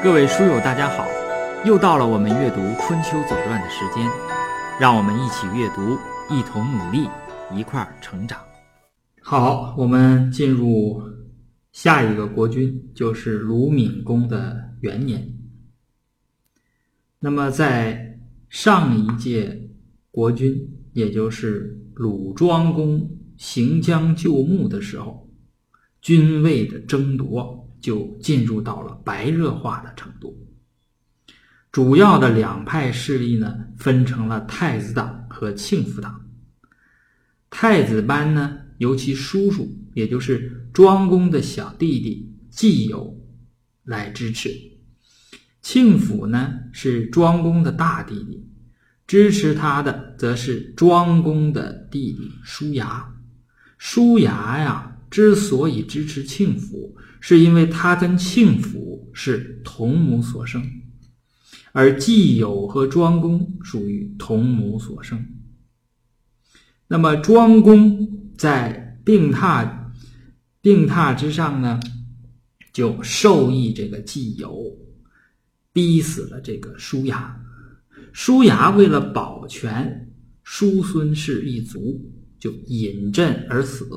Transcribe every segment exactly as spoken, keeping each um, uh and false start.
各位书友大家好，又到了我们阅读春秋左传的时间，让我们一起阅读，一同努力，一块儿成长。 好，我们进入下一个国君，就是鲁闵公的元年。那么在上一届国君，也就是鲁庄公行将就木的时候，君位的争夺就进入到了白热化的程度。主要的两派势力呢，分成了太子党和庆父党。太子班呢，由其叔叔，也就是庄公的小弟弟季友来支持。庆父呢，是庄公的大弟弟，支持他的则是庄公的弟弟叔牙。叔牙呀，之所以支持庆父，是因为他跟庆父是同母所生，而季友和庄公属于同母所生。那么庄公在病榻病榻之上呢，就授意这个季友，逼死了这个叔牙。叔牙为了保全叔孙氏一族，就饮鸩而死。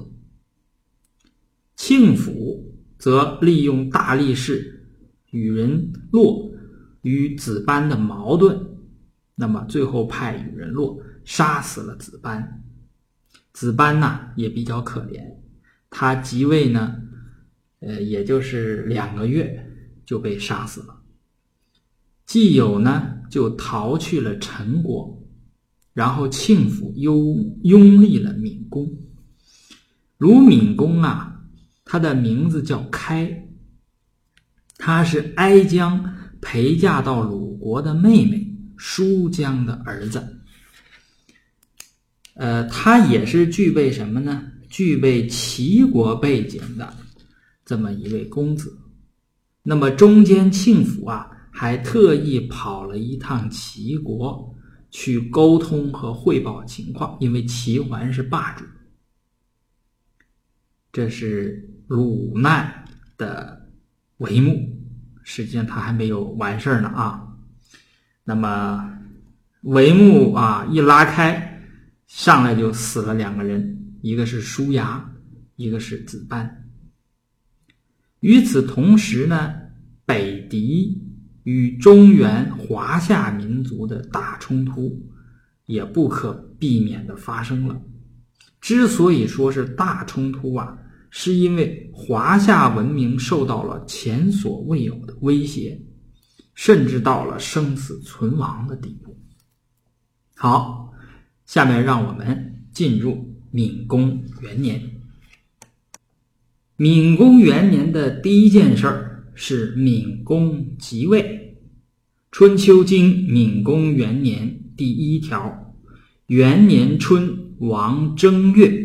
庆父则利用大力士与人洛与子班的矛盾，那么最后派与人洛杀死了子班。子班呢也比较可怜，他即位呢，呃，也就是两个月就被杀死了。季友呢就逃去了陈国，然后庆父拥拥立了闵公。鲁闵公啊，他的名字叫开，他是哀姜陪嫁到鲁国的妹妹叔姜的儿子。呃，他也是具备什么呢？具备齐国背景的这么一位公子。那么中间庆父啊，还特意跑了一趟齐国去沟通和汇报情况，因为齐桓是霸主。这是鲁难的帷幕，实际上他还没有完事儿呢啊。那么帷幕啊一拉开，上来就死了两个人，一个是叔牙，一个是子班。与此同时呢，北狄与中原华夏民族的大冲突也不可避免地发生了。之所以说是大冲突啊，是因为华夏文明受到了前所未有的威胁，甚至到了生死存亡的地步。好，下面让我们进入闵公元年。闵公元年的第一件事儿是闵公即位。春秋经闵公元年第一条，元年春，王正月。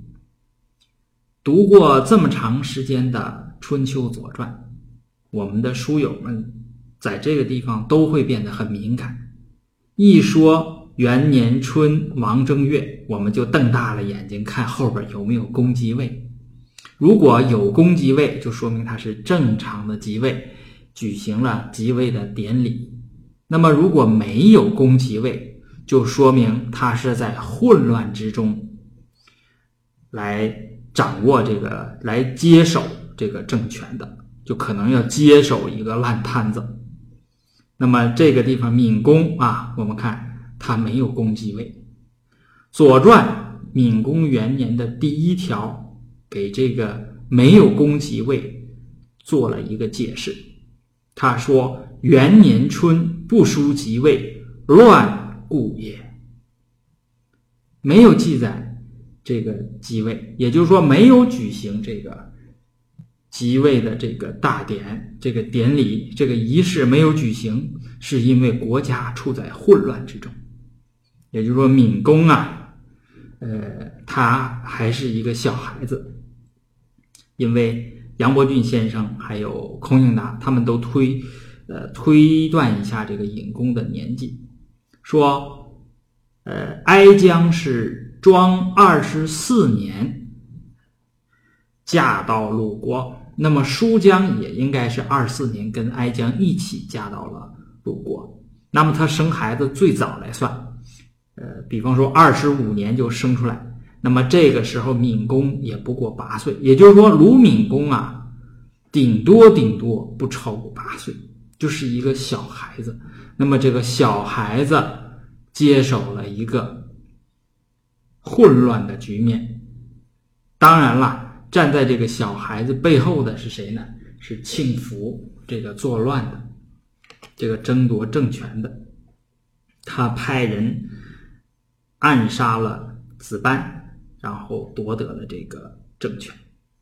读过这么长时间的春秋左传，我们的书友们在这个地方都会变得很敏感。一说元年春，王正月，我们就瞪大了眼睛看后边有没有公即位。如果有公即位，就说明他是正常的即位，举行了即位的典礼。那么如果没有公即位，就说明他是在混乱之中来掌握这个，来接手这个政权的，就可能要接手一个烂摊子。那么这个地方闵公啊，我们看他没有公即位。左传闵公元年的第一条给这个没有公即位做了一个解释。他说元年春，不书即位，乱故也。没有记载这个即位，也就是说没有举行这个即位的这个大典，这个典礼，这个仪式没有举行，是因为国家处在混乱之中。也就是说闵公啊，呃，他还是一个小孩子。因为杨伯峻先生还有孔颖达他们都推呃推断一下这个闵公的年纪，说呃哀姜是庄二十四年嫁到鲁国， 那么舒姜也应该是二四年跟哀姜一起嫁到了鲁国。那么他生孩子最早来算，呃，比方说二十五年就生出来，那么这个时候闵公也不过八岁，也就是说鲁闵公啊，顶多顶多不超过八岁，就是一个小孩子。那么这个小孩子接手了一个混乱的局面。当然了，站在这个小孩子背后的是谁呢？是庆福这个作乱的，这个争夺政权的。他派人暗杀了子班，然后夺得了这个政权。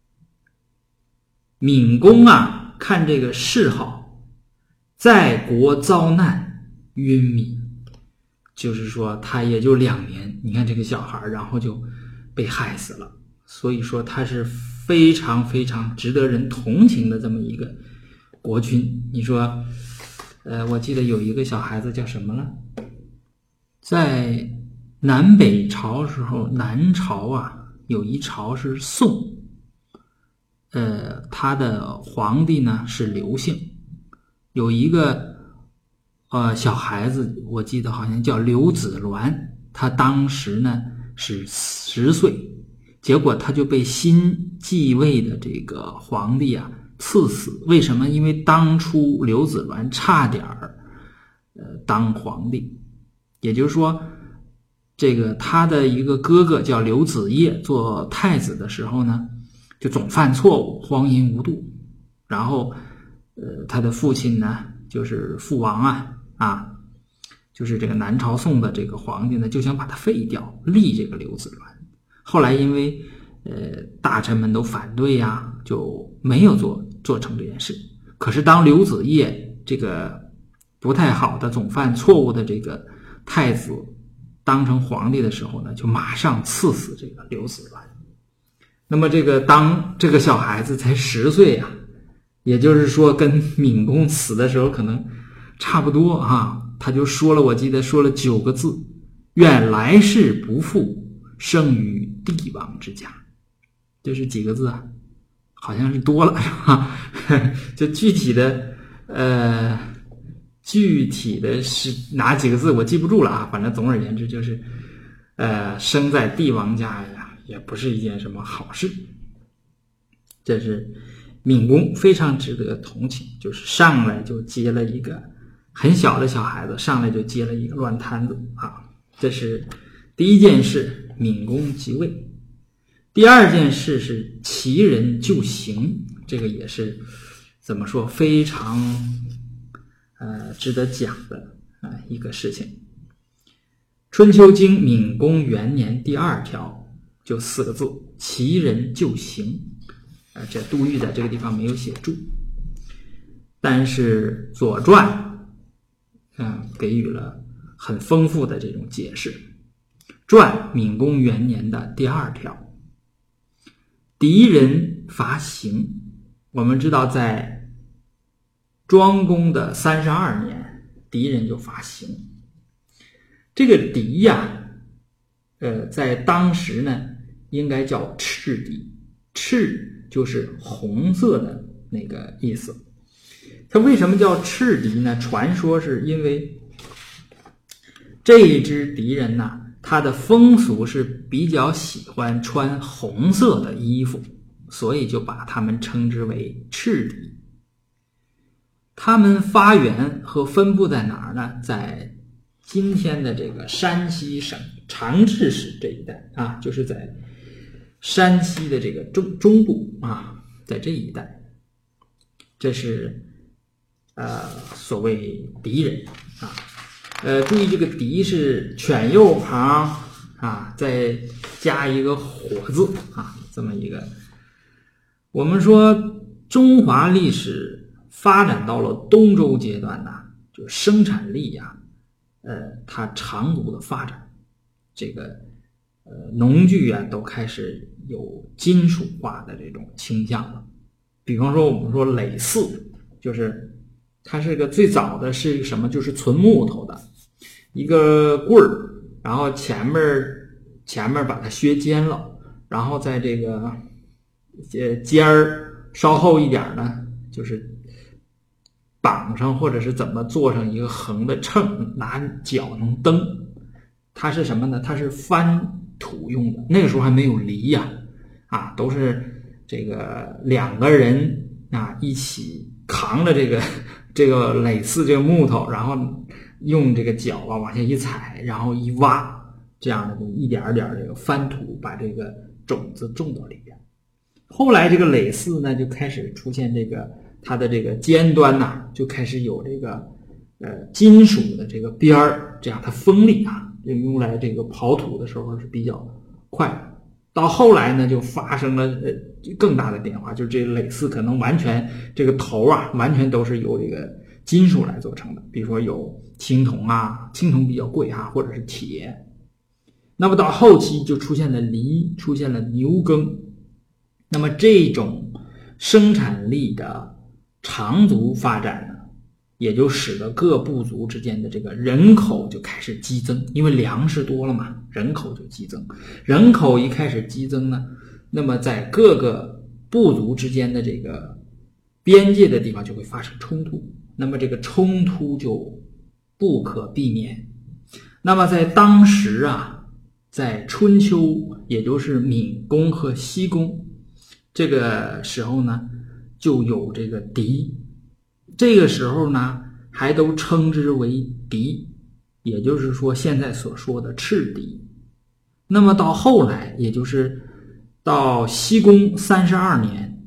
闵公啊，看这个谥号，在国遭难晕民，就是说他也就两年，你看这个小孩然后就被害死了。所以说他是非常非常值得人同情的这么一个国君。你说呃，我记得有一个小孩子叫什么了，在南北朝时候，南朝啊有一朝是宋，呃，他的皇帝呢是刘姓，有一个呃小孩子，我记得好像叫刘子鸾，他当时呢是十岁，结果他就被新继位的这个皇帝啊赐死。为什么？因为当初刘子鸾差点儿呃当皇帝，也就是说这个他的一个哥哥叫刘子业做太子的时候呢，就总犯错误，荒淫无度，然后呃他的父亲呢就是父王啊啊就是这个南朝宋的这个皇帝呢就想把他废掉，立这个刘子鸾。后来因为呃大臣们都反对呀、啊，就没有做做成这件事。可是当刘子业这个不太好的总犯错误的这个太子当成皇帝的时候呢，就马上赐死这个刘子鸾。那么这个当这个小孩子才十岁啊，也就是说跟闵公死的时候可能差不多啊，他就说了，我记得说了九个字：愿来世不负，生于帝王之家。这是几个字啊？好像是多了，是吧？就具体的呃具体的是哪几个字我记不住了啊，反正总而言之就是呃生在帝王家呀也不是一件什么好事。这是闵公非常值得同情，就是上来就接了一个很小的小孩子，上来就接了一个乱摊子啊。这是第一件事，闵公即位。第二件事是齐人就刑，这个也是怎么说非常呃值得讲的啊、呃、一个事情。春秋经闵公元年第二条就四个字：齐人就刑。啊、呃，这杜预在这个地方没有写注，但是《左传》啊、呃、给予了很丰富的这种解释。传闵公元年的第二条，敌人伐刑。我们知道在庄公的三十二年，敌人就伐刑。这个敌呀，呃，在当时呢，应该叫赤敌。赤就是红色的那个意思。它为什么叫赤敌呢？传说是因为这一支敌人呢，他的风俗是比较喜欢穿红色的衣服，所以就把他们称之为赤敌。他们发源和分布在哪儿呢？在今天的这个山西省长治市这一带啊，就是在山西的这个中中部啊，在这一带。这是呃所谓敌人啊。呃，注意这个敌是犬右旁啊，再加一个火字啊，这么一个。我们说中华历史发展到了东周阶段呢，就生产力呀、啊，呃，它长足的发展，这个呃农具啊都开始有金属化的这种倾向了。比方说我们说耒耜，就是它是个最早的是一个什么，就是纯木头的一个棍儿，然后前面前面把它削尖了，然后在这个呃尖儿稍后一点呢，就是绑上或者是怎么做上一个横的秤，拿脚能蹬。它是什么呢？它是翻土用的。那个时候还没有犁呀、啊，啊，都是这个两个人啊一起扛着这个这个垒似这个木头，然后用这个脚啊往下一踩，然后一挖，这样的一点一点这个翻土，把这个种子种到里边。后来这个垒似呢，就开始出现这个它的这个尖端呐、啊，就开始有这个呃金属的这个边儿，这样它锋利啊，用来这个刨土的时候是比较快的。到后来呢，就发生了呃更大的变化，就是这个垒似可能完全这个头啊，完全都是由这个金属来做成的，比如说有青铜啊，青铜比较贵啊，或者是铁。那么到后期就出现了犁，出现了牛耕。那么这种生产力的长足发展呢，也就使得各部族之间的这个人口就开始激增，因为粮食多了嘛，人口就激增。人口一开始激增呢，那么在各个部族之间的这个边界的地方就会发生冲突，那么这个冲突就不可避免。那么在当时啊，在春秋，也就是闽公和西公这个时候呢，就有这个狄，这个时候呢还都称之为狄，也就是说现在所说的赤狄。那么到后来，也就是到西公三十二年，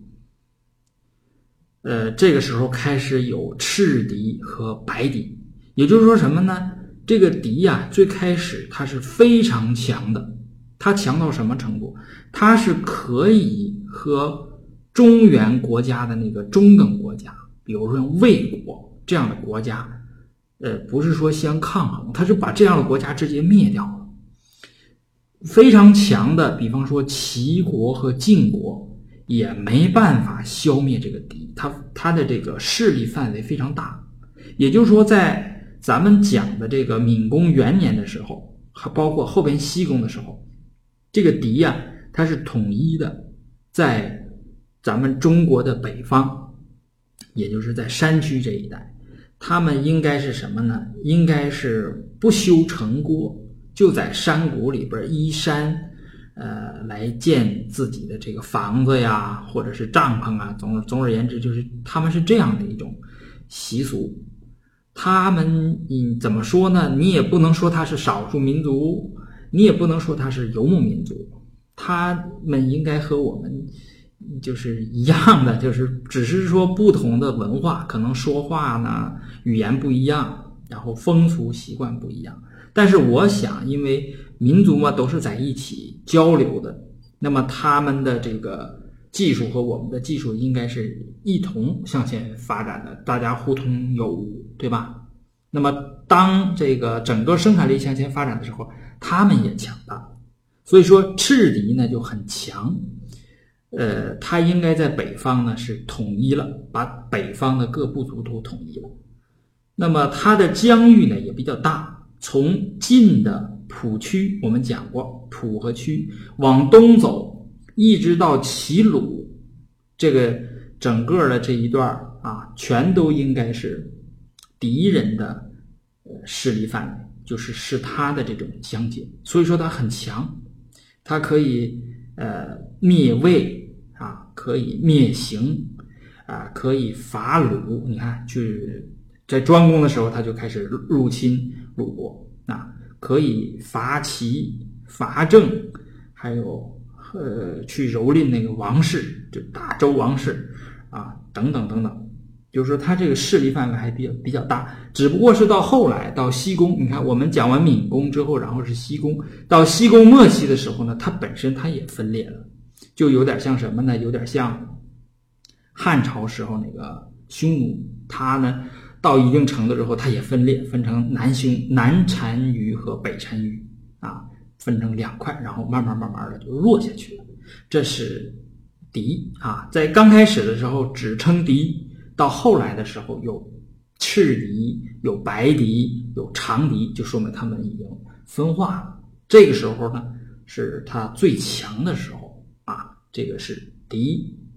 呃，这个时候开始有赤狄和白狄。也就是说什么呢？这个狄啊，最开始它是非常强的，它强到什么程度？它是可以和中原国家的那个中等国家，比如说魏国这样的国家，呃，不是说相抗衡，它是把这样的国家直接灭掉了。非常强的，比方说齐国和晋国，也没办法消灭这个狄，它它的这个势力范围非常大。也就是说，在咱们讲的这个闽公元年的时候，还包括后边西公的时候，这个狄啊，它是统一的，在咱们中国的北方，也就是在山区这一带，他们应该是什么呢？应该是不修城郭，就在山谷里边依山呃来建自己的这个房子呀，或者是帐篷啊，总总而言之，就是他们是这样的一种习俗。他们嗯怎么说呢？你也不能说他是少数民族，你也不能说他是游牧民族，他们应该和我们就是一样的，就是只是说不同的文化，可能说话呢语言不一样，然后风俗习惯不一样。但是我想，因为民族嘛都是在一起交流的，那么他们的这个技术和我们的技术应该是一同向前发展的，大家互通有无，对吧？那么当这个整个生产力向前发展的时候，他们也强大，所以说赤狄呢就很强。呃，他应该在北方呢是统一了，把北方的各部族都统一了。那么他的疆域呢也比较大，从晋的蒲区，我们讲过蒲和区，往东走一直到齐鲁，这个整个的这一段啊，全都应该是敌人的势力范围，就是是他的这种疆界。所以说他很强，他可以呃灭魏啊，可以灭邢啊，可以伐鲁。你看，去在庄公的时候，他就开始入侵鲁国啊，可以伐齐、伐郑，还有呃去蹂躏那个王室，就大周王室啊，等等等等。就是说，他这个势力范围还比较比较大，只不过是到后来到西公，你看我们讲完闽公之后，然后是西公，到西公末期的时候呢，它本身它也分裂了，就有点像什么呢？有点像汉朝时候那个匈奴，它呢到一定程度之后，它也分裂，分成南匈、南单于和北单于啊，分成两块，然后慢慢慢慢的就弱下去了。这是狄啊，在刚开始的时候只称狄。到后来的时候有赤狄，有白狄，有长狄，就说明他们已经分化了。这个时候呢是他最强的时候啊，这个是狄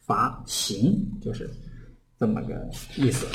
伐行，就是这么个意思。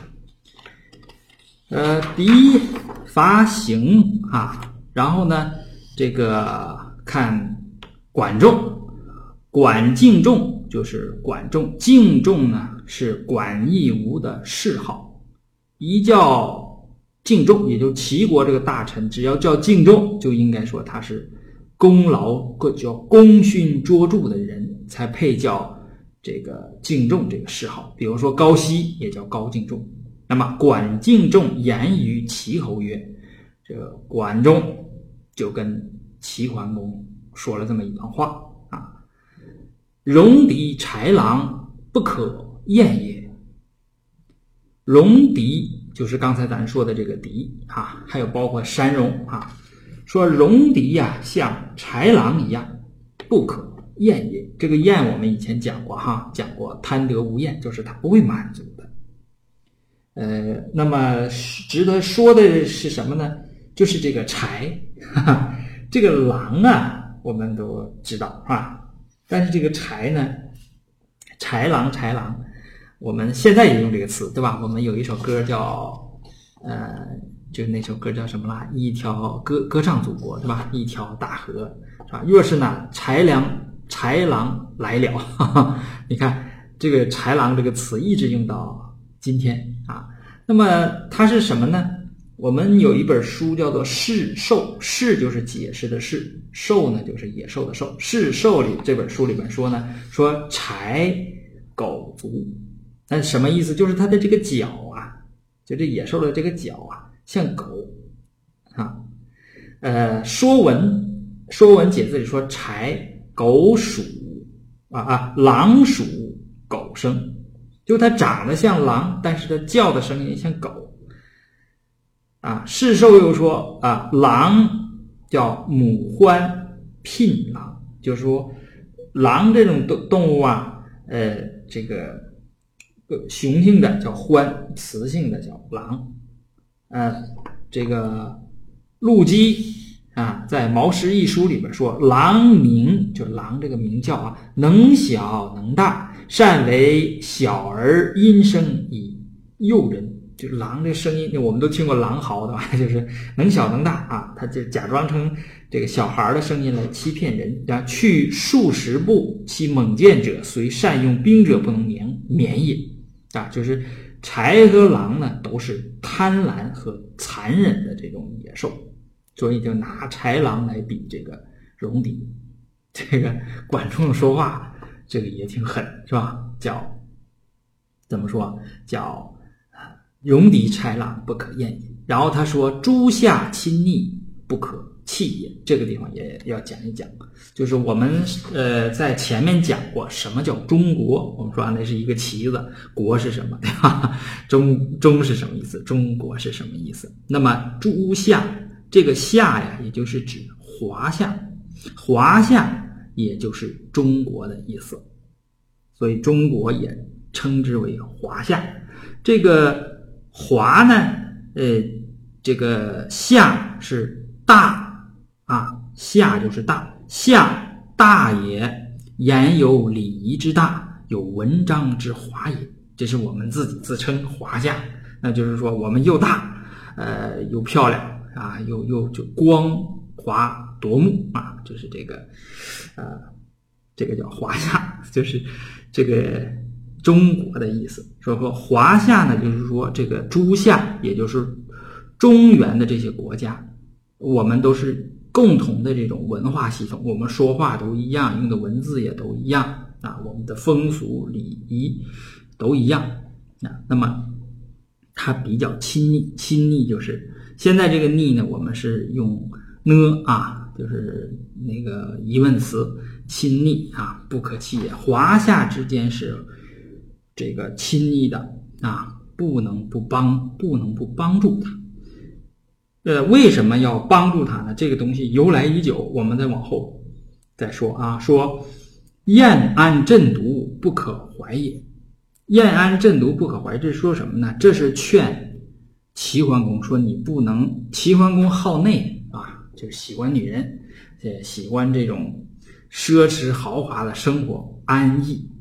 呃，敌伐行啊，然后呢，这个看管仲，管敬仲就是管仲，敬仲呢是管义吾的谥号，一叫敬仲，也就齐国这个大臣，只要叫敬仲，就应该说他是功劳叫功勋卓著的人，才配叫这个敬仲这个谥号。比如说高希也叫高敬仲。那么管敬仲言于齐侯曰，这个管仲就跟齐桓公说了这么一段话啊：戎狄豺狼不可厌也。戎狄就是刚才咱说的这个狄啊，还有包括山戎啊，说戎狄呀、啊、像豺狼一样不可厌也。这个厌我们以前讲过哈，讲过贪得无厌，就是他不会满足的。呃，那么值得说的是什么呢？就是这个豺，哈哈，这个狼啊，我们都知道啊，但是这个豺呢，豺狼豺狼，我们现在也用这个词，对吧？我们有一首歌叫，呃，就是那首歌叫什么啦？一条歌歌唱祖国，对吧？一条大河，是吧？若是呢，豺狼豺狼来了，哈哈，你看这个豺狼这个词一直用到今天啊。那么它是什么呢？我们有一本书叫做《市兽》，市就是解释的市，兽呢就是野兽的兽。市兽里这本书里面说呢，说豺狗足，那什么意思？就是它的这个脚啊，就这野兽的这个脚啊，像狗啊。呃，说文说文解字里说豺狗属啊啊，狼属狗声。就它长得像狼，但是它叫的声音像狗啊。市兽又说啊，狼叫母欢聘狼，就是说狼这种动物啊，呃，这个雄性的叫欢，雌性的叫狼。呃，这个陆机啊，在《毛诗一书》里边说，狼鸣，就是狼这个鸣叫啊，能小能大，善为小儿阴声以诱人。就是狼这个声音，我们都听过狼嚎的吧？就是能小能大啊，他就假装成这个小孩的声音来欺骗人。然后去数十步，其猛健者虽善用兵者不能免免也啊。就是豺和狼呢，都是贪婪和残忍的这种野兽，所以就拿豺狼来比这个戎狄。这个管仲说话，这个也挺狠，是吧？叫怎么说？叫戎狄豺狼不可厌也。然后他说诸夏亲昵不可弃也。这个地方也要讲一讲，就是我们呃在前面讲过什么叫中国，我们说那是一个旗子，国是什么，对吧？中中是什么意思？中国是什么意思？那么诸夏这个夏呀，也就是指华夏，华夏也就是中国的意思，所以中国也称之为华夏。这个华呢，呃，这个夏是大啊，夏就是大，夏大也，言有礼仪之大，有文章之华也。这是我们自己自称华夏，那就是说我们又大，呃，又漂亮啊，又又就光华夺目啊，就是这个，呃，这个叫华夏，就是这个中国的意思。说说华夏呢，就是说这个诸夏，也就是中原的这些国家，我们都是共同的这种文化系统，我们说话都一样，用的文字也都一样啊，我们的风俗礼仪都一样啊。那么它比较亲昵，亲昵就是现在这个昵呢，我们是用呢啊，就是那个疑问词，亲昵啊，不可弃也。华夏之间是这个亲昵的啊，不能不帮，不能不帮助他。呃，为什么要帮助他呢？这个东西由来已久，我们再往后再说啊。说晏安震独不可怀也，晏安震独不可怀，这是说什么呢？这是劝齐桓公说，你不能，齐桓公好内啊，就是喜欢女人，也喜欢这种奢侈豪华的生活，安逸。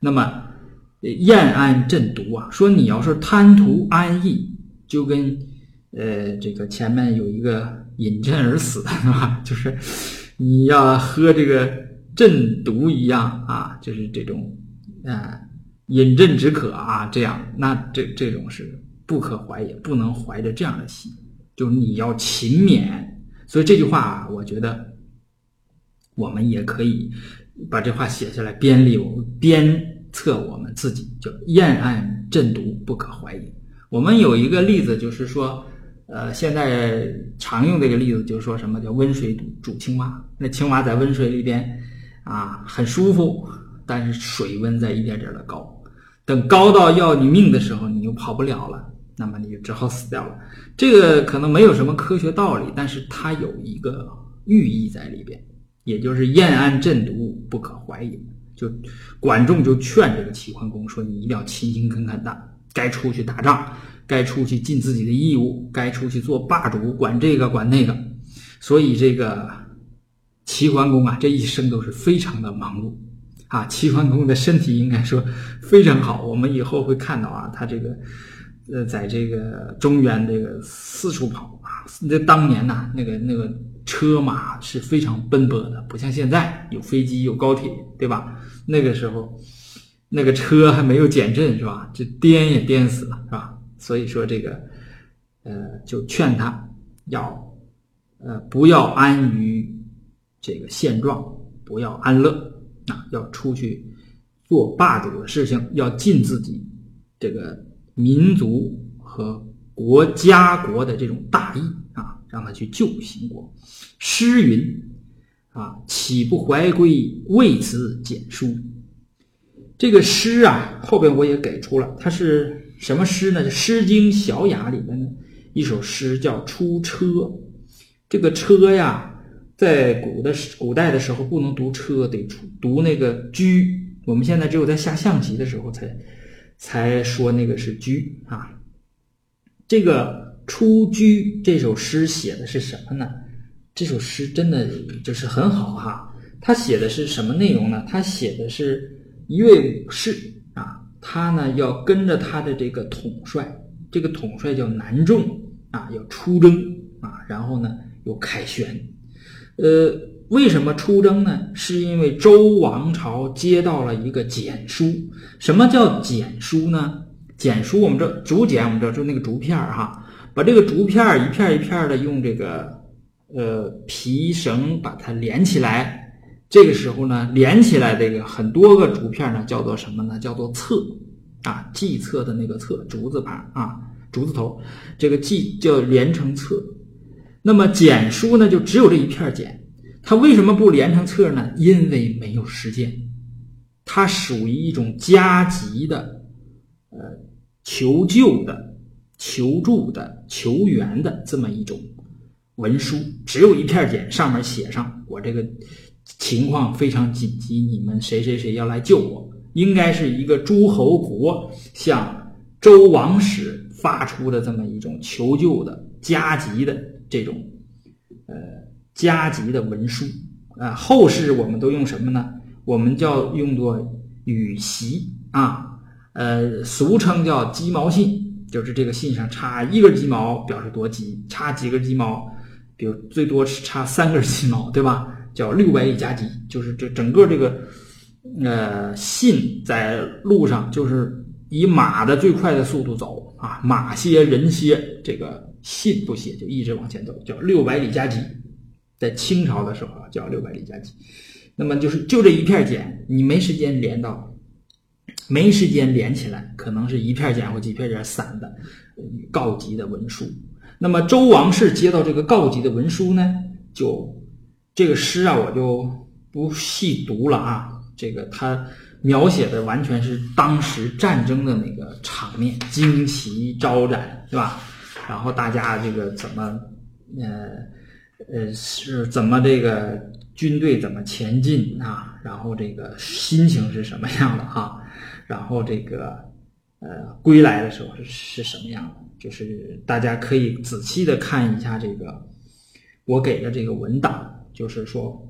那么厌安震毒啊，说你要是贪图安逸，就跟呃这个前面有一个饮鸩而死的是吧？就是你要喝这个鸩毒一样啊，就是这种啊饮鸩止渴啊，这样那这这种是不可怀也，不能怀着这样的心，就是你要勤勉。所以这句话啊，我觉得我们也可以把这话写下来，鞭励我鞭策我们自己，就厌安鸩毒不可怀也。我们有一个例子，就是说呃，现在常用这个例子就是说什么叫温水煮青蛙，那青蛙在温水里边啊很舒服，但是水温在一点点的高，等高到要你命的时候，你又跑不了了，那么你就只好死掉了。这个可能没有什么科学道理，但是它有一个寓意在里边，也就是厌安鸩毒不可怀也。就管仲就劝这个齐桓公说，你一定要勤勤恳恳的，该出去打仗，该出去尽自己的义务，该出去做霸主，管这个管那个。所以这个齐桓公啊，这一生都是非常的忙碌啊。齐桓公的身体应该说非常好，我们以后会看到啊，他这个呃，在这个中原这个四处跑啊。那当年呐、啊，那个那个车马是非常奔波的，不像现在有飞机有高铁，对吧？那个时候那个车还没有减震，是吧？这颠也颠死了，是吧？所以说这个呃，就劝他要呃不要安于这个现状，不要安乐啊，要出去做霸主的事情，要尽自己这个民族和国家国的这种大义啊，让他去救兴国。诗云啊，岂不怀归，为此简书。这个诗啊，后边我也给出了，它是什么诗呢？是《诗经·小雅》里面的一首诗，叫《出车》。这个车呀，在古的古代的时候不能读车，得读那个车。我们现在只有在下象棋的时候才才说那个是车啊。这个《出车》这首诗写的是什么呢？这首诗真的就是很好哈。他写的是什么内容呢？他写的是一位武士啊，他呢要跟着他的这个统帅，这个统帅叫南仲啊，要出征啊，然后呢有凯旋。呃，为什么出征呢？是因为周王朝接到了一个简书。什么叫简书呢？简书我们知道，竹简我们知道就是那个竹片哈，把这个竹片一片一片的用这个呃皮绳把它连起来。这个时候呢，连起来这个很多个竹片呢，叫做什么呢？叫做册啊，计册的那个册，竹字旁啊，竹字头，这个计叫连成册。那么简书呢，就只有这一片简，它为什么不连成册呢？因为没有实践，它属于一种加急的呃求救的、求助的、求援的这么一种文书，只有一片简，上面写上我这个情况非常紧急，你们谁谁谁要来救我。应该是一个诸侯国向周王室发出的这么一种求救的加急的这种呃加急的文书啊。后世我们都用什么呢？我们叫用作羽檄啊，呃，俗称叫鸡毛信，就是这个信上插一根鸡毛表示多急，插几根鸡毛，比如最多是插三根鸡毛，对吧？叫六百里加急，就是这整个这个呃信在路上就是以马的最快的速度走啊，马歇人歇，这个信不歇就一直往前走，叫六百里加急。在清朝的时候叫六百里加急。那么就是就这一片简，你没时间连到，没时间连起来，可能是一片简或几片简散的告急的文书。那么周王室接到这个告急的文书呢，就这个诗啊，我就不细读了啊。这个他描写的完全是当时战争的那个场面，旌旗招展，对吧？然后大家这个怎么呃呃是怎么这个军队怎么前进啊？然后这个心情是什么样的啊？然后这个呃归来的时候是是什么样的？就是大家可以仔细的看一下这个我给的这个文档。就是说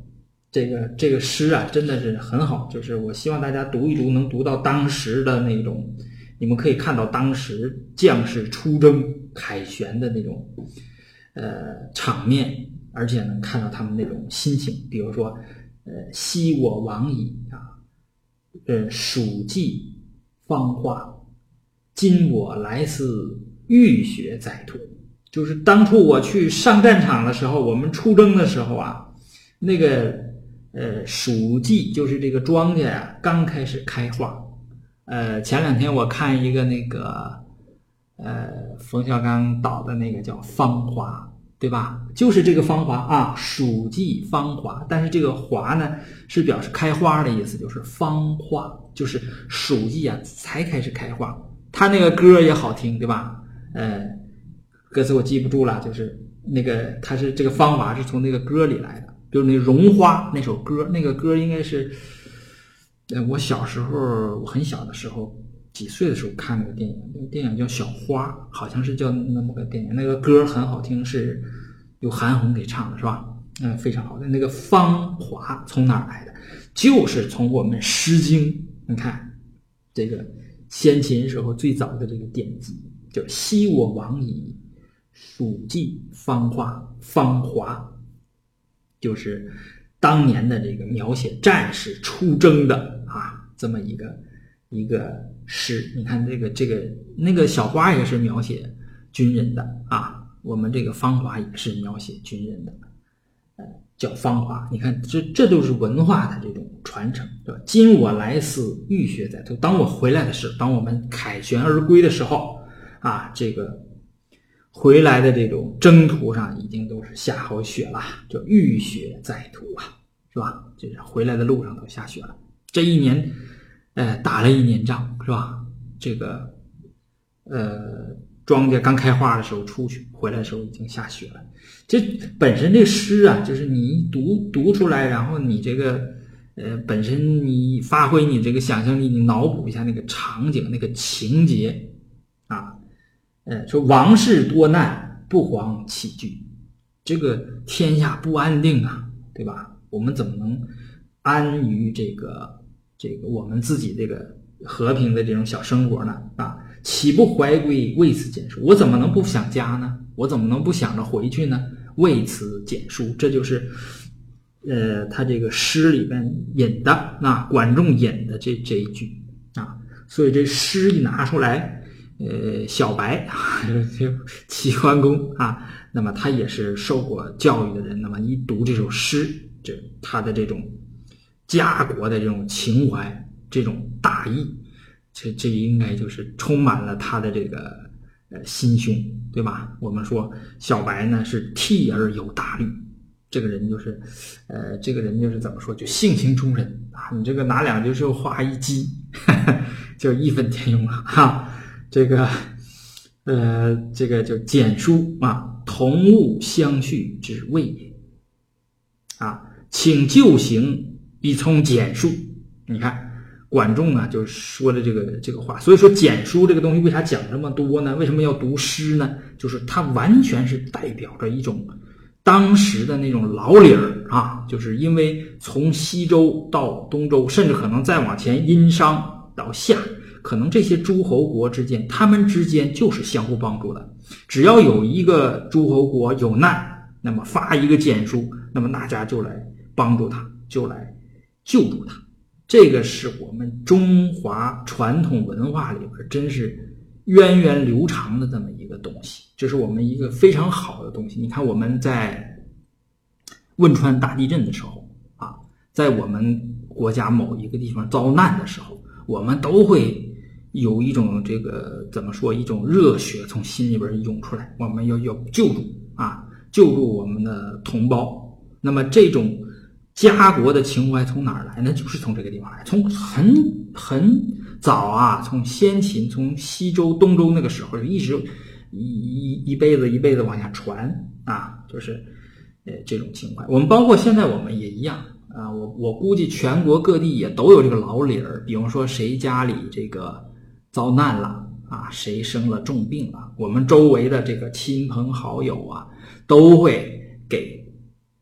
这个这个诗啊，真的是很好，就是我希望大家读一读，能读到当时的那种，你们可以看到当时将士出征凯旋的那种呃场面，而且能看到他们那种心情。比如说，呃，昔我往矣啊，呃，蜀迹芳华，今我来思浴血载土。就是当初我去上战场的时候，我们出征的时候啊，那个。呃，蜀稷就是这个庄稼呀、啊，刚开始开花。呃，前两天我看一个那个，呃，冯小刚导的那个叫《芳华》，对吧？就是这个芳华啊，蜀稷芳华。但是这个华呢，是表示开花的意思，就是芳华，就是蜀稷啊才开始开花。他那个歌也好听，对吧？呃，歌词我记不住了，就是那个他是这个芳华是从那个歌里来的。就是那绒花那首歌，那个歌应该是，呃，我小时候，我很小的时候，几岁的时候看那个电影，那个电影叫《小花》，好像是叫那么个电影。那个歌很好听，是由韩红给唱的，是吧？嗯，非常好的。那个芳华从哪儿来的？就是从我们《诗经》，你看这个先秦时候最早的这个典籍，叫“昔我往矣，蜀稷芳华，芳华”。就是当年的这个描写战士出征的啊，这么一个一个诗。你看这个这个那个小花也是描写军人的啊，我们这个芳华也是描写军人的，呃，叫芳华。你看这这都是文化的这种传承，对吧？今我来思浴血载土，当我回来的时候，当我们凯旋而归的时候啊，这个。回来的这种征途上已经都是下好雪了，就浴血载土啊，是吧？就是回来的路上都下雪了。这一年，呃，打了一年仗，是吧？这个，呃，庄稼刚开花的时候出去，回来的时候已经下雪了。这本身这诗啊，就是你读读出来，然后你这个，呃，本身你发挥你这个想象力，你脑补一下那个场景、那个情节，啊。呃，说王室多难，不遑起居。这个天下不安定啊，对吧？我们怎么能安于这个这个我们自己这个和平的这种小生活呢？啊，岂不怀归，为此简书？我怎么能不想家呢？我怎么能不想着回去呢？为此简书，这就是呃他这个诗里边引的啊，管仲引的这这一句啊。所以这诗一拿出来。呃，小白齐桓公啊，那么他也是受过教育的人，那么一读这首诗，这他的这种家国的这种情怀，这种大义，这这应该就是充满了他的这个呃心胸，对吧？我们说小白呢是悌而有大虑，这个人就是呃这个人就是怎么说，就性情中人啊，你这个拿两句就话一激，呵呵就义愤填膺了哈。这个，呃，这个就简书啊，同物相续之谓也。啊，请就行以从简书。你看，管仲啊，就说的这个这个话。所以说，简书这个东西为啥讲这么多呢？为什么要读诗呢？就是它完全是代表着一种当时的那种老理儿啊，就是因为从西周到东周，甚至可能再往前殷商到夏。可能这些诸侯国之间，他们之间就是相互帮助的。只要有一个诸侯国有难，那么发一个简书，那么大家就来帮助他，就来救助他。这个是我们中华传统文化里边真是源远流长的这么一个东西，这是我们一个非常好的东西。你看我们在汶川大地震的时候啊，在我们国家某一个地方遭难的时候，我们都会有一种这个怎么说，一种热血从心里边涌出来，我们要要救助啊，救助我们的同胞。那么这种家国的情怀从哪儿来呢？就是从这个地方来，从很很早啊，从先秦，从西周、东周那个时候就一直一一一辈子一辈子往下传啊，就是呃这种情怀。我们包括现在我们也一样啊，我我估计全国各地也都有这个老理儿，比方说谁家里这个遭难了啊，谁生了重病了，我们周围的这个亲朋好友啊，都会给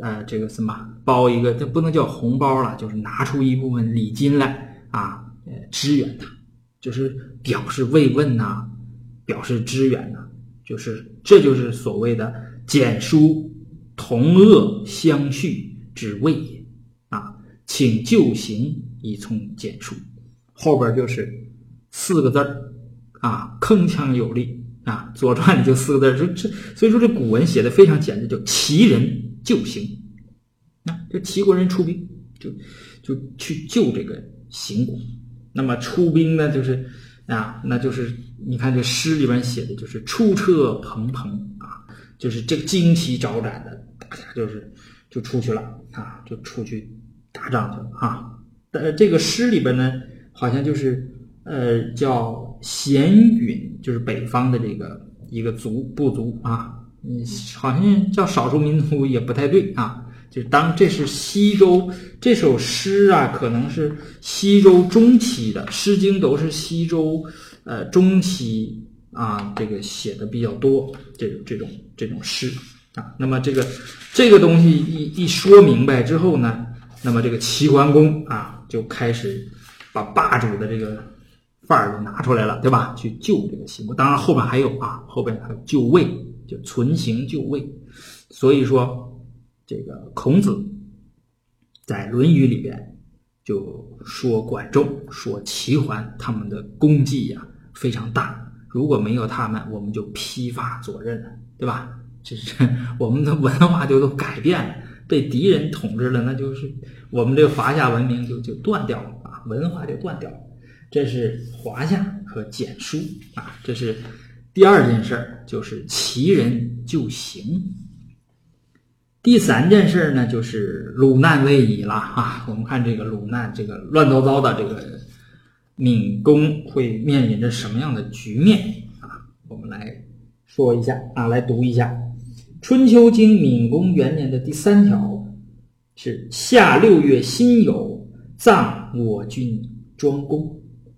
呃这个什么包一个，这不能叫红包了，就是拿出一部分礼金来啊，呃支援他，就是表示慰问呐、啊，表示支援呐、啊，就是这就是所谓的简书同恶相续之谓也啊，请就行以从简书。后边就是四个字儿啊，铿锵有力啊，《左传》里就四个字儿，这所以说这古文写的非常简单，叫齐人救行。那、啊、这齐国人出兵，就就去救这个邢国。那么出兵呢，就是啊，那就是你看这诗里边写的就是出车蓬蓬啊，就是这个旌旗招展的，大家就是就出去了啊，就出去打仗去了啊。但这个诗里边呢，好像就是呃叫咸允，就是北方的这个一个族部族啊，嗯，好像叫少数民族也不太对啊。就当这是西周这首诗啊，可能是西周中期的，《诗经》都是西周呃中期啊，这个写的比较多，这种这种这种诗啊。那么这个这个东西一一说明白之后呢，那么这个齐桓公啊就开始把霸主的这个范儿就拿出来了，对吧？去救这个秦国。当然后边还有啊，后边还有就位，就存行就位。所以说。这个孔子在《论语》里边就说管仲、说齐桓他们的功绩呀、啊、非常大，如果没有他们，我们就披发左衽了，对吧？这是我们的文化就都改变了，被敌人统治了，那就是我们这个华夏文明就就断掉了啊，文化就断掉了。这是华夏和简书啊，这是第二件事，就是齐人就行。第三件事呢，就是鲁难位移了啊！我们看这个鲁难，这个乱糟糟的这个闵公会面临着什么样的局面啊？我们来说一下啊，来读一下《春秋经》闵公元年的第三条是：夏六月辛酉，葬我君庄公。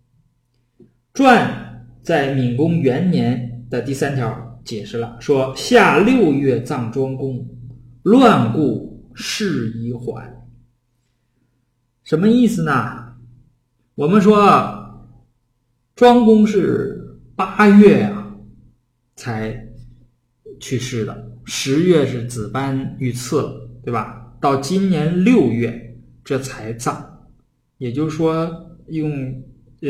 传在闵公元年的第三条解释了，说夏六月葬庄公。乱故事已缓，什么意思呢？我们说庄公是八月啊才去世的，十月是子班遇刺了，对吧？到今年六月这才葬，也就是说用呃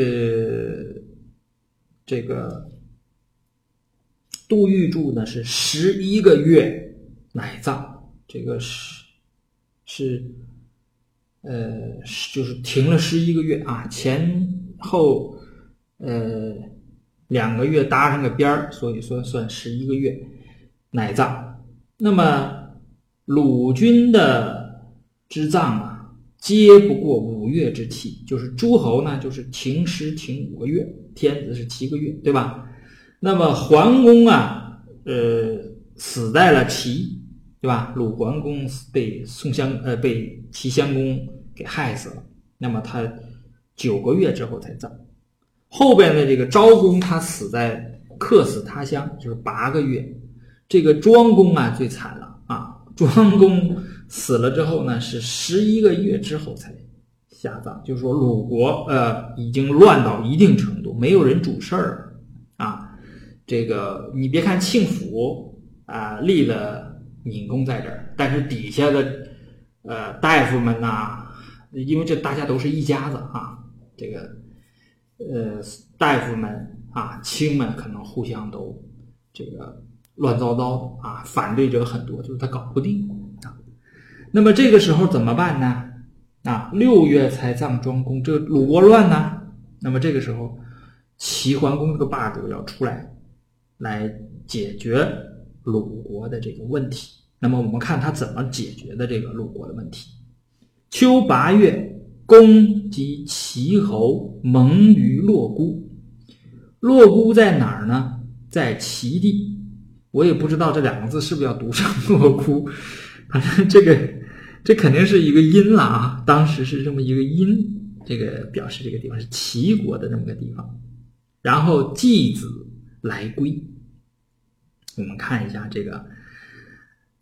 这个杜预注呢是十一个月乃葬。这个是是呃就是停了十一个月啊，前后呃两个月搭上个边儿，所以说算十一个月乃葬。那么鲁君的之葬啊，皆不过五月之期，就是诸侯呢就是停师停五个月，天子是七个月，对吧？那么桓公啊，呃死在了齐。对吧？鲁桓公被宋襄呃被齐襄公给害死了，那么他九个月之后才葬。后边的这个昭公他死在客死他乡，就是八个月。这个庄公啊最惨了啊！庄公死了之后呢，是十一个月之后才下葬，就是说鲁国呃已经乱到一定程度，没有人主事儿啊。这个你别看庆府啊立了。闵公在这儿，但是底下的呃大夫们呐、啊，因为这大家都是一家子啊，这个呃大夫们啊卿们可能互相都这个乱糟糟的啊，反对者很多，就是他搞不定啊。那么这个时候怎么办呢？啊，六月才葬庄公，这鲁国乱呢，那么这个时候齐桓公这个霸主要出来来解决鲁国的这个问题。那么我们看他怎么解决的这个鲁国的问题。秋八月，公及齐侯盟于洛姑。洛姑在哪儿呢？在齐地。我也不知道这两个字是不是要读成洛姑，反正这个这肯定是一个音了啊，当时是这么一个音，这个表示这个地方是齐国的这么个地方。然后季子来归。我们看一下这个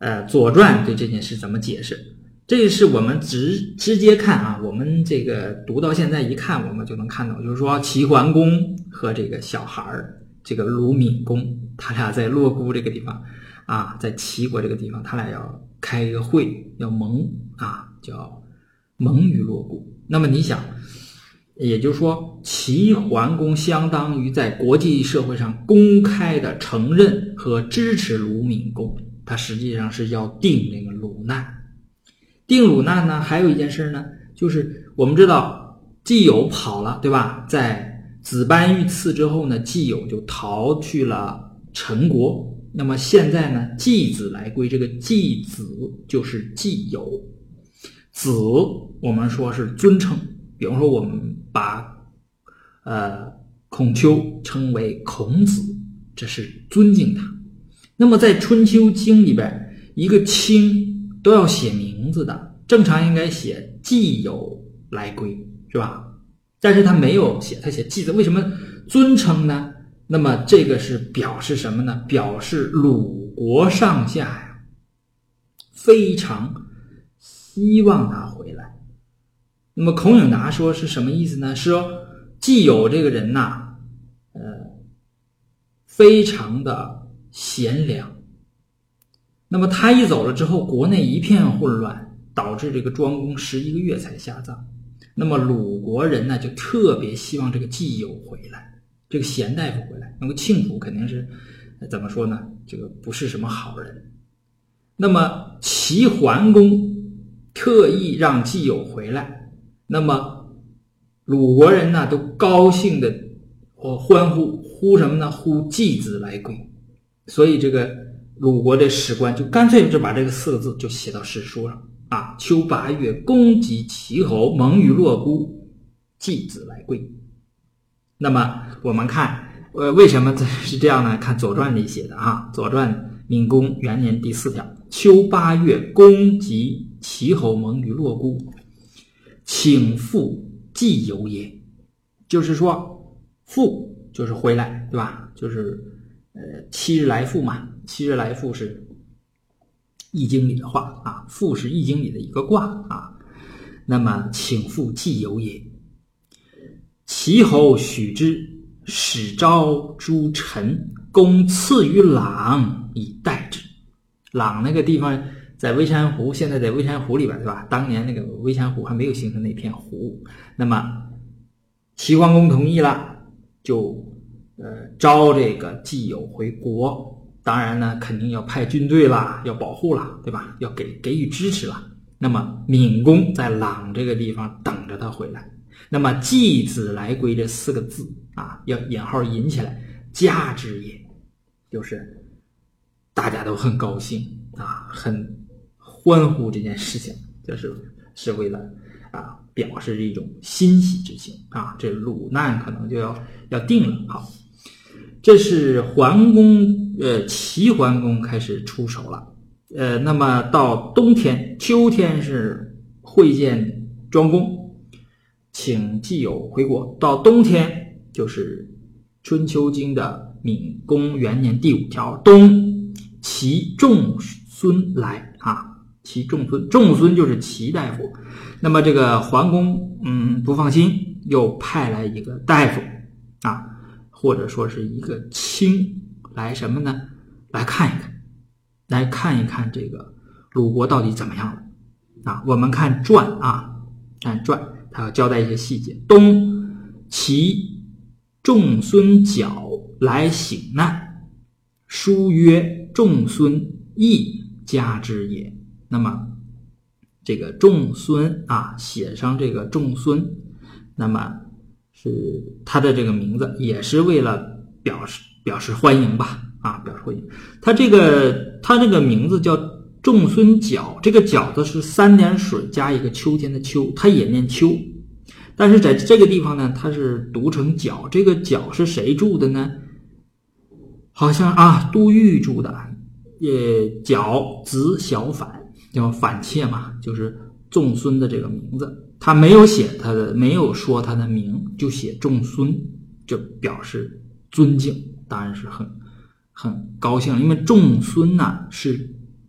呃，《左传》对这件事怎么解释？这是我们直直接看啊，我们这个读到现在一看，我们就能看到，就是说齐桓公和这个小孩儿，这个鲁闵公，他俩在洛姑这个地方啊，在齐国这个地方，他俩要开一个会，要盟啊，叫盟于洛姑。那么你想，也就是说，齐桓公相当于在国际社会上公开的承认和支持鲁闵公，他实际上是要定这个鲁难。定鲁难呢，还有一件事呢，就是我们知道季友跑了，对吧？在子班遇刺之后呢，季友就逃去了陈国。那么现在呢，季子来归，这个季子就是季友。子我们说是尊称，比方说我们把呃孔丘称为孔子，这是尊敬他。那么在春秋经里边，一个卿都要写名字的，正常应该写季友来归，是吧？但是他没有写，他写季子，为什么尊称呢？那么这个是表示什么呢？表示鲁国上下呀，非常希望他回来。那么孔颖达说是什么意思呢？是说季友这个人呐，呃，非常的贤良。那么他一走了之后，国内一片混乱，导致这个庄公十一个月才下葬。那么鲁国人呢，就特别希望这个季友回来，这个贤大夫回来。那么庆府肯定是怎么说呢？这个不是什么好人。那么齐桓公特意让季友回来，那么鲁国人呢都高兴的欢呼，呼什么呢？呼季子来归。所以这个鲁国的史官就干脆就把这个四个字就写到史书上啊，秋八月，公及齐侯，盟于洛姑，季子来归。那么我们看呃，为什么是这样呢？看《左传》里写的啊，《左传》闵公元年第四条，秋八月，公及齐侯，盟于洛姑，请复季友也。就是说复就是回来，对吧？就是呃七日来复嘛，七日来复是易经里的话啊，复是易经里的一个卦啊。那么请复季友也。齐侯许之，使召诸臣，公赐于朗以待之。朗那个地方在微山湖，现在在微山湖里边，对吧？当年那个微山湖还没有形成那片湖。那么齐桓公同意了，就呃招这个季友回国。当然呢，肯定要派军队啦，要保护啦，对吧？要给给予支持啦。那么闵公在朗这个地方等着他回来。那么季子来归这四个字啊，要引号引起来，加之也，就是大家都很高兴啊，很欢呼这件事情，就是是为了啊表示一种欣喜之情啊。这鲁难可能就要要定了。好，这是桓公呃齐桓公开始出手了。呃，那么到冬天、秋天是会见庄公，请季友回国。到冬天就是春秋经的闵公元年第五条，冬齐仲孙来啊，齐仲孙，仲孙就是齐大夫。那么这个桓公嗯不放心，又派来一个大夫啊，或者说是一个卿来什么呢？来看一看，来看一看这个鲁国到底怎么样了啊？我们看传啊，看传。他要交代一些细节。冬齐仲孙角来省难，书曰仲孙义加之也。那么这个仲孙啊，写上这个仲孙，那么是他的这个名字，也是为了表示表示欢迎吧啊，表示欢迎。他这个他这个名字叫仲孙角，这个角字是三点水加一个秋天的秋，它也念秋，但是在这个地方呢，它是读成角。这个角是谁住的呢？好像啊，杜预住的。呃，角子小反，叫反妾嘛，就是仲孙的这个名字，他没有写他的，没有说他的名，就写仲孙，就表示尊敬，当然是很很高兴，因为仲孙呢、啊、是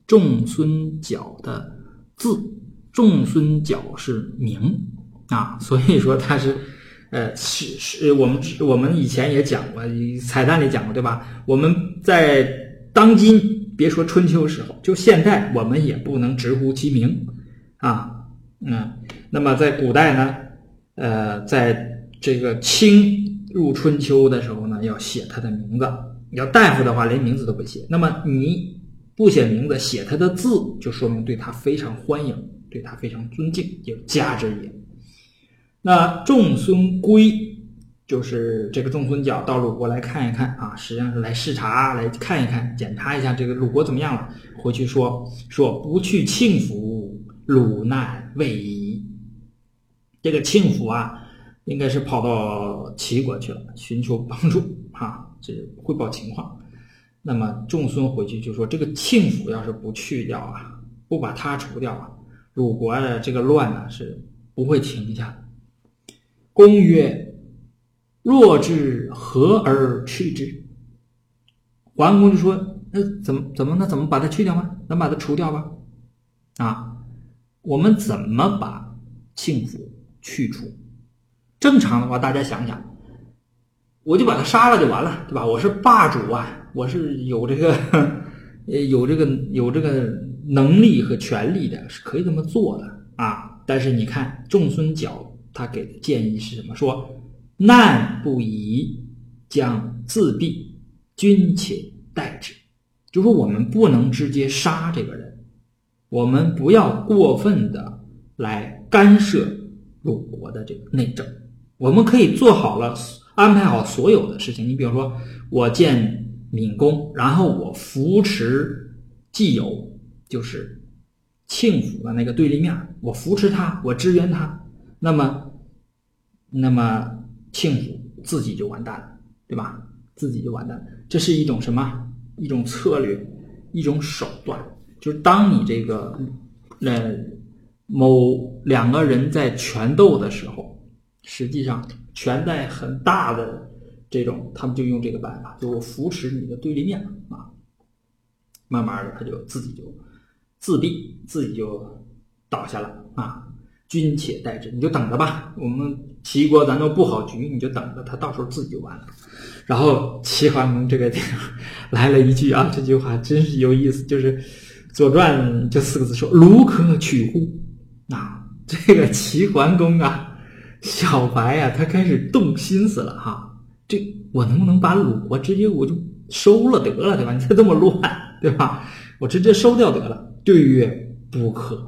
仲孙角的字，仲孙角是名啊，所以说他是呃是是我们我们以前也讲过，彩蛋里讲过对吧？我们在当今别说春秋时候，就现在我们也不能直呼其名啊。嗯，那么在古代呢，呃，在这个清入春秋的时候呢，要写他的名字。要大夫的话，连名字都不写。那么你不写名字，写他的字，就说明对他非常欢迎，对他非常尊敬，有加之也。那仲孙归就是这个仲孙角到鲁国来看一看啊，实际上是来视察，来看一看，检查一下这个鲁国怎么样了。回去说说不去庆府，鲁难未已。这个庆府啊，应该是跑到齐国去了，寻求帮助啊，这汇报情况。那么仲孙回去就说，这个庆府要是不去掉啊，不把他除掉啊，鲁国的这个乱呢是不会停下的。公曰：若之何而去之？桓公就说，那怎么怎么那怎么把它去掉吗？咱把它除掉吧。啊，我们怎么把庆府去除？正常的话，大家想想，我就把他杀了就完了，对吧？我是霸主啊，我是有这个有这个有这个能力和权力的，是可以这么做的啊。但是你看仲孙角他给的建议是什么？说难不已，将自毙，君且待之。就说我们不能直接杀这个人，我们不要过分的来干涉鲁国的这个内政，我们可以做好了安排好所有的事情。你比如说我建闵公，然后我扶持季友，就是庆府的那个对立面，我扶持他，我支援他，那么那么庆府自己就完蛋了，对吧？自己就完蛋了。这是一种什么？一种策略，一种手段。就是当你这个呃某两个人在权斗的时候，实际上权在很大的这种，他们就用这个办法，就我扶持你的对立面啊，慢慢的他就自己就自毙，自己就倒下了啊。君且待之，你就等着吧，我们齐国咱都布好局，你就等着，他到时候自己就完了。然后齐桓公这个地方来了一句啊，这句话真是有意思，就是《左传》这四个字说：“鲁可取乎？”啊，这个齐桓公啊，小白啊，他开始动心思了哈。这我能不能把鲁国直接我就收了得了，对吧？你再这么乱，对吧？我直接收掉得了。对曰：“不可。”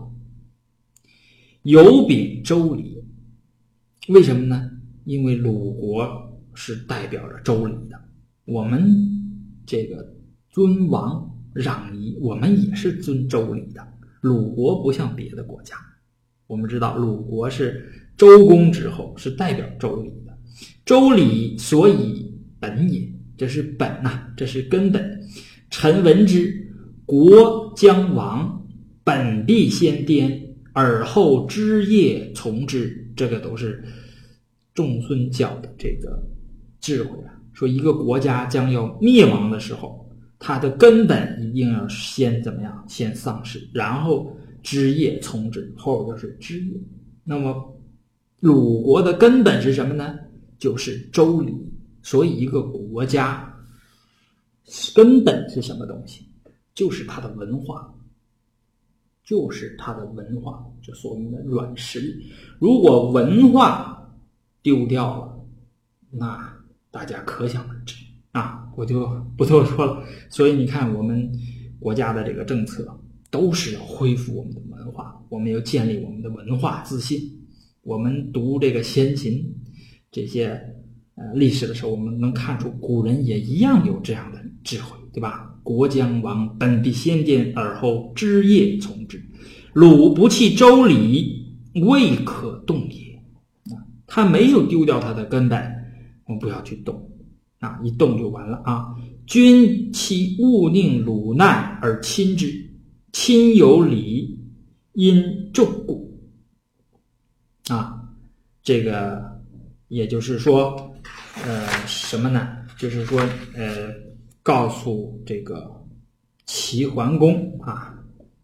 有秉周礼，为什么呢？因为鲁国是代表着周礼的，我们这个尊王攘夷，我们也是尊周礼的。鲁国不像别的国家，我们知道鲁国是周公之后，是代表周礼的。周礼所以本也，这是本呐、啊，这是根本。臣闻之，国将亡，本必先颠，而后枝叶从之。这个都是仲孙角的这个智慧啊。说一个国家将要灭亡的时候，它的根本一定要先怎么样？先丧失，然后枝叶从之，后边是枝叶。那么鲁国的根本是什么呢？就是周礼。所以一个国家根本是什么东西？就是它的文化，就是它的文化，就所谓的软实力。如果文化丢掉了，那大家可想而知啊，我就不多说了。所以你看，我们国家的这个政策都是要恢复我们的文化，我们要建立我们的文化自信。我们读这个先秦这些呃历史的时候，我们能看出古人也一样有这样的智慧，对吧？国将亡，本必先颠，而后枝叶从之。鲁不弃周礼，未可动也。他没有丢掉他的根本，我们不要去动啊，一动就完了啊。君其勿宁鲁难而亲之，亲有礼，因重故啊。这个也就是说，呃，什么呢？就是说，呃，告诉这个齐桓公啊，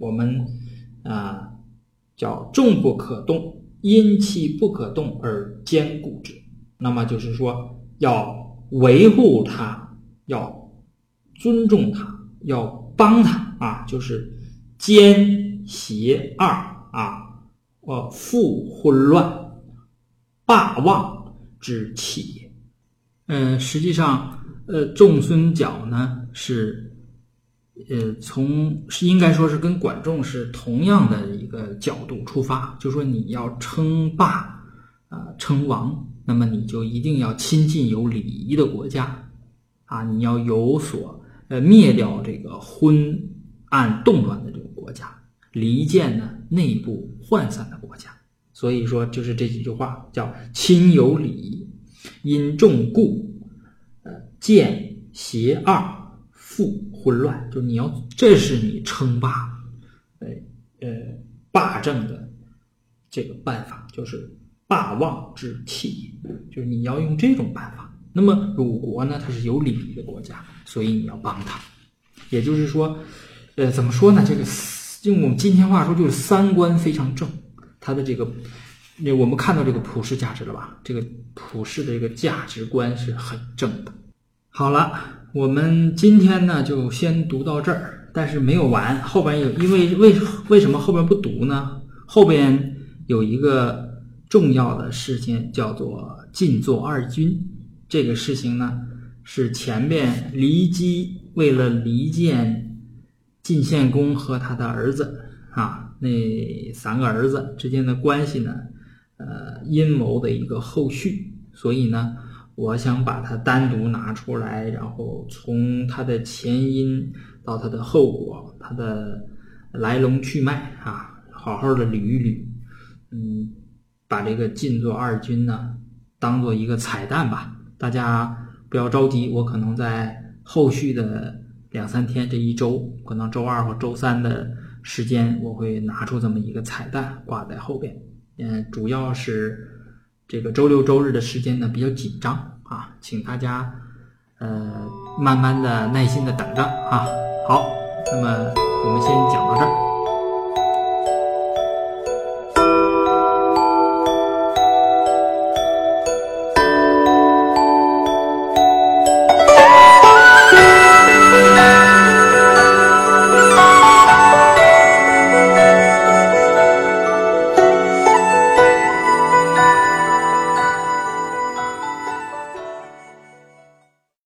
我们啊叫众不可动，阴气不可动而坚固之。那么就是说要维护它，要尊重它，要帮它啊，就是兼邪二啊，呃，复混乱，霸旺之气也。嗯、呃，实际上，呃，仲孙角呢是，呃，从是应该说是跟管仲是同样的一个角度出发，就说你要称霸啊、呃，称王，那么你就一定要亲近有礼仪的国家啊，你要有所呃灭掉这个昏暗动乱的这个国家，离间呢内部涣散的国家。所以说就是这几句话叫亲有礼，因重固，呃，见邪二，复混乱，就你要这是你称霸呃呃霸政的这个办法，就是霸旺之气，就是你要用这种办法。那么鲁国呢，它是有礼仪的国家，所以你要帮它。也就是说，呃，怎么说呢？这个用我们今天话说，就是三观非常正。它的这个，我们看到这个普世价值了吧？这个普世的这个价值观是很正的。好了，我们今天呢就先读到这儿，但是没有完，后边有，因为为为什么后边不读呢？后边有一个重要的事情叫做晋作二君。这个事情呢，是前面骊姬为了离间晋献公和他的儿子啊，那三个儿子之间的关系呢，呃，阴谋的一个后续。所以呢，我想把它单独拿出来，然后从它的前因到它的后果，它的来龙去脉啊，好好的捋一捋。嗯，把这个晋作二君呢，当做一个彩蛋吧。大家不要着急，我可能在后续的两三天，这一周，可能周二或周三的时间，我会拿出这么一个彩蛋挂在后边。嗯，主要是这个周六周日的时间呢比较紧张啊，请大家呃慢慢的耐心的等着啊。好，那么我们先讲到这儿。